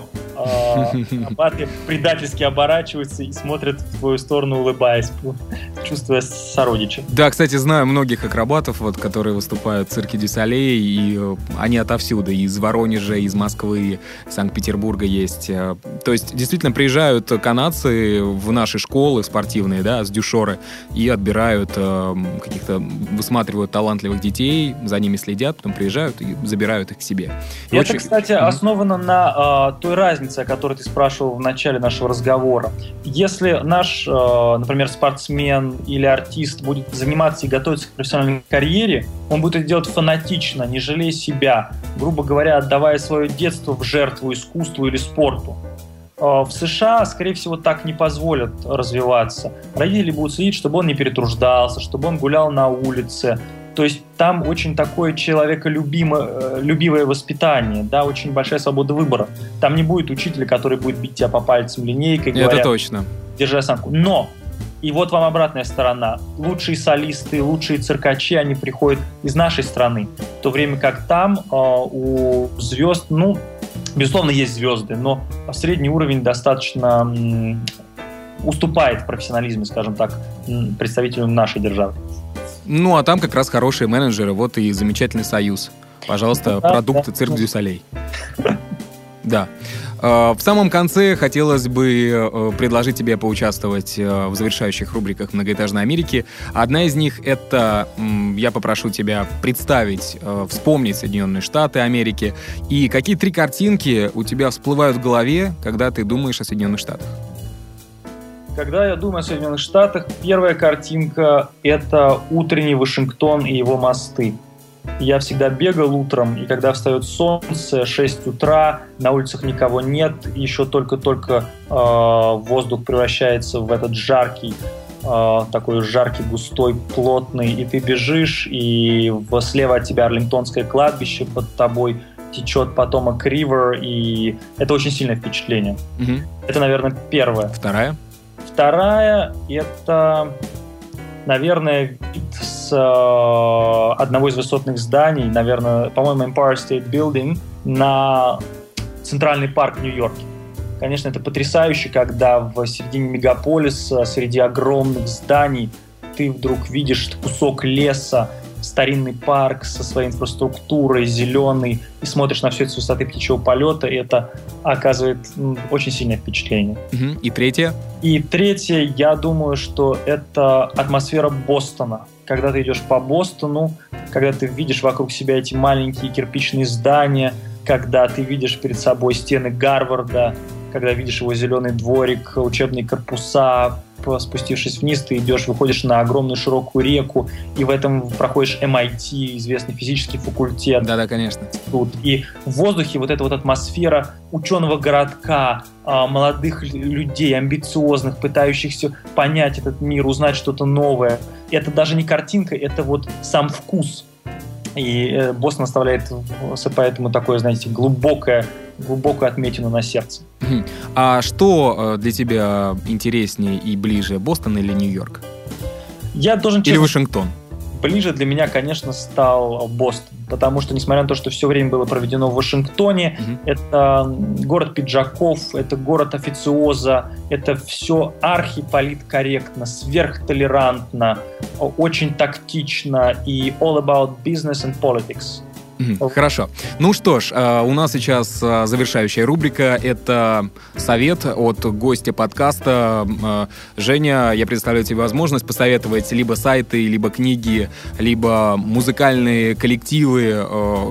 акробаты предательски оборачиваются и смотрят в твою сторону, улыбаясь, чувствуя сородича. Да, кстати, знаю многих акробатов, вот, которые выступают в Цирке дю Солей, и они отовсюду, и из Воронежа, из Москвы, из Санкт-Петербурга есть. То есть, действительно, приезжают канадцы в наши школы спортивные, да, с дюшоры, и отбирают э, каких-то, высматривают талантливых детей, за ними следят, потом приезжают и забирают их к себе. И это, очень... кстати, mm-hmm. основано на э, той разнице, о которой ты спрашивал в начале нашего разговора. Если наш, э, например, спортсмен или артист будет заниматься и готовиться к профессиональной карьере, он будет это делать фанатично, не жалея себя, грубо говоря, отдавая свое детство в жертву искусству или спорту. В США, скорее всего, так не позволят развиваться. Родители будут следить, чтобы он не перетруждался, чтобы он гулял на улице. То есть там очень такое человеколюбимое, любивое воспитание, да, очень большая свобода выбора. Там не будет учителя, который будет бить тебя по пальцам линейкой, говоря, это точно. Держи осанку. Но, и вот вам обратная сторона. Лучшие солисты, лучшие циркачи, они приходят из нашей страны. В то время как там э, у звезд, ну, безусловно, есть звезды, но средний уровень достаточно м, уступает в профессионализме, скажем так, м, представителям нашей державы. Ну, а там как раз хорошие менеджеры, вот и замечательный союз. Пожалуйста, да, продукты да. Цирк дю Солей. Да. В самом конце хотелось бы предложить тебе поучаствовать в завершающих рубриках «Многоэтажной Америки». Одна из них — это я попрошу тебя представить, вспомнить Соединенные Штаты Америки. И какие три картинки у тебя всплывают в голове, когда ты думаешь о Соединенных Штатах? Когда я думаю о Соединенных Штатах, первая картинка — это утренний Вашингтон и его мосты. Я всегда бегал утром, и когда встает солнце, шесть утра, на улицах никого нет, еще только-только э, воздух превращается в этот жаркий, э, такой жаркий, густой, плотный, и ты бежишь, и слева от тебя Арлингтонское кладбище, под тобой течет потомок Ривер, и это очень сильное впечатление. Угу. Это, наверное, первое. Вторая? Вторая — это, наверное, вид с э, одного из высотных зданий, наверное, по-моему, Empire State Building, на Центральный парк в Нью-Йорке. Конечно, это потрясающе, когда в середине мегаполиса, среди огромных зданий, ты вдруг видишь кусок леса, старинный парк со своей инфраструктурой, зеленый, и смотришь на все это с высоты птичьего полета, и это оказывает ну, очень сильное впечатление. Угу. И третье? И третье, я думаю, что это атмосфера Бостона. Когда ты идешь по Бостону, когда ты видишь вокруг себя эти маленькие кирпичные здания, когда ты видишь перед собой стены Гарварда, когда видишь его зеленый дворик, учебные корпуса, спустившись вниз, ты идешь, выходишь на огромную широкую реку, и в этом проходишь эм ай ти, известный физический факультет. Да-да, конечно. Тут. И в воздухе вот эта вот атмосфера ученого городка, молодых людей, амбициозных, пытающихся понять этот мир, узнать что-то новое. Это даже не картинка, это вот сам вкус. И Бостон оставляет поэтому такое, знаете, глубокое, глубокую отметину на сердце. А что для тебя интереснее и ближе, Бостон или Нью-Йорк? Я должен честно... Или Вашингтон? Ближе для меня, конечно, стал Бостон, потому что, несмотря на то, что все время было проведено в Вашингтоне, mm-hmm. это город пиджаков, это город официоза, это все архиполиткорректно, сверхтолерантно, очень тактично и all about business and politics. Хорошо. Ну что ж, у нас сейчас завершающая рубрика. Это совет от гостя подкаста. Женя, я предоставляю тебе возможность посоветовать либо сайты, либо книги, либо музыкальные коллективы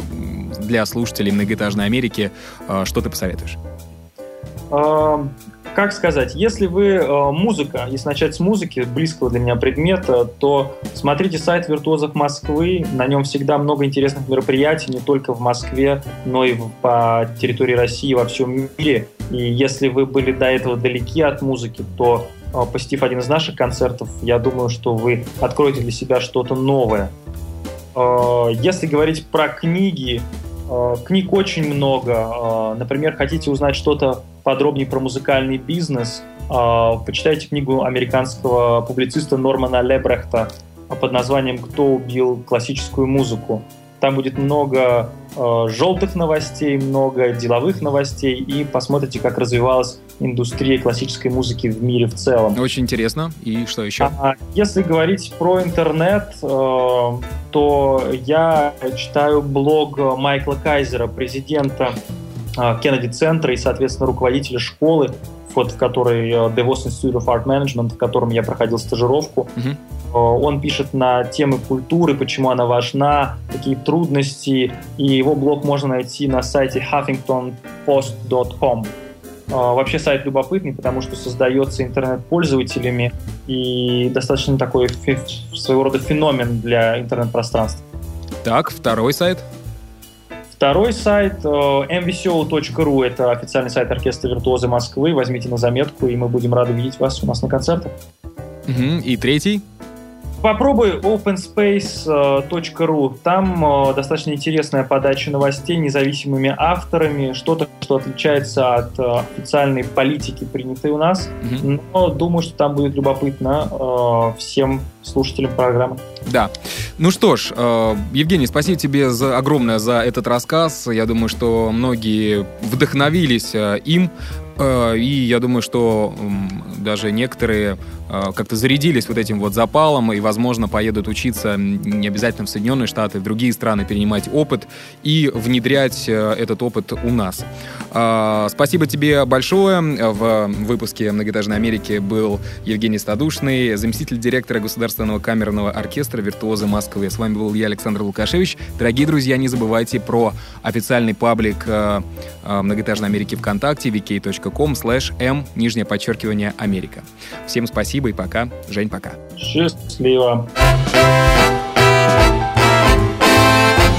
для слушателей Многоэтажной Америки. Что ты посоветуешь? Как сказать, если вы э, музыка, если начать с музыки, близкого для меня предмета, то смотрите сайт «Виртуозов Москвы», на нем всегда много интересных мероприятий, не только в Москве, но и в, по территории России, во всем мире. И если вы были до этого далеки от музыки, то, э, посетив один из наших концертов, я думаю, что вы откроете для себя что-то новое. Э, если говорить про книги, э, книг очень много. Э, например, хотите узнать что-то подробнее про музыкальный бизнес, почитайте книгу американского публициста Нормана Лебрехта под названием «Кто убил классическую музыку». Там будет много желтых новостей, много деловых новостей, и посмотрите, как развивалась индустрия классической музыки в мире в целом. Очень интересно. И что еще? А если говорить про интернет, то я читаю блог Майкла Кайзера, президента Кеннеди-центра и, соответственно, руководителя школы, вот, в которой DeVos Institute of Art Management, в котором я проходил стажировку. Uh-huh. Он пишет на темы культуры, почему она важна, какие трудности, и его блог можно найти на сайте хаффингтон пост точка ком. Вообще сайт любопытный, потому что создается интернет-пользователями и достаточно такой своего рода феномен для интернет-пространства. Так, второй сайт? Второй сайт эм ви си о точка ру, это официальный сайт оркестра «Виртуозы Москвы». Возьмите на заметку, и мы будем рады видеть вас у нас на концертах. Угу. И третий? Попробуй опен спейс точка ру. Там э, достаточно интересная подача новостей независимыми авторами, что-то, что отличается от э, официальной политики, принятой у нас. Mm-hmm. Но думаю, что там будет любопытно э, всем слушателям программы. Да. Ну что ж, э, Евгений, спасибо тебе за, огромное за этот рассказ. Я думаю, что многие вдохновились э, им. И я думаю, что даже некоторые как-то зарядились вот этим вот запалом и, возможно, поедут учиться не обязательно в Соединенные Штаты, в другие страны, перенимать опыт и внедрять этот опыт у нас. Спасибо тебе большое. В выпуске «Многоэтажной Америки» был Евгений Стадушный, заместитель директора Государственного камерного оркестра «Виртуозы Москвы». С вами был я, Александр Лукашевич. Дорогие друзья, не забывайте про официальный паблик «Многоэтажной Америки» ВКонтакте, ви кей точка ком слэш эм, нижнее подчеркивание, Америка. Всем спасибо и пока. Жень, пока. Счастливо.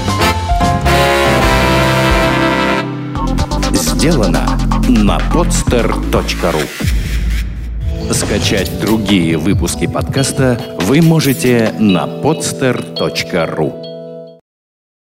сделано на podster точка ru. Скачать другие выпуски подкаста вы можете на podster точка ru.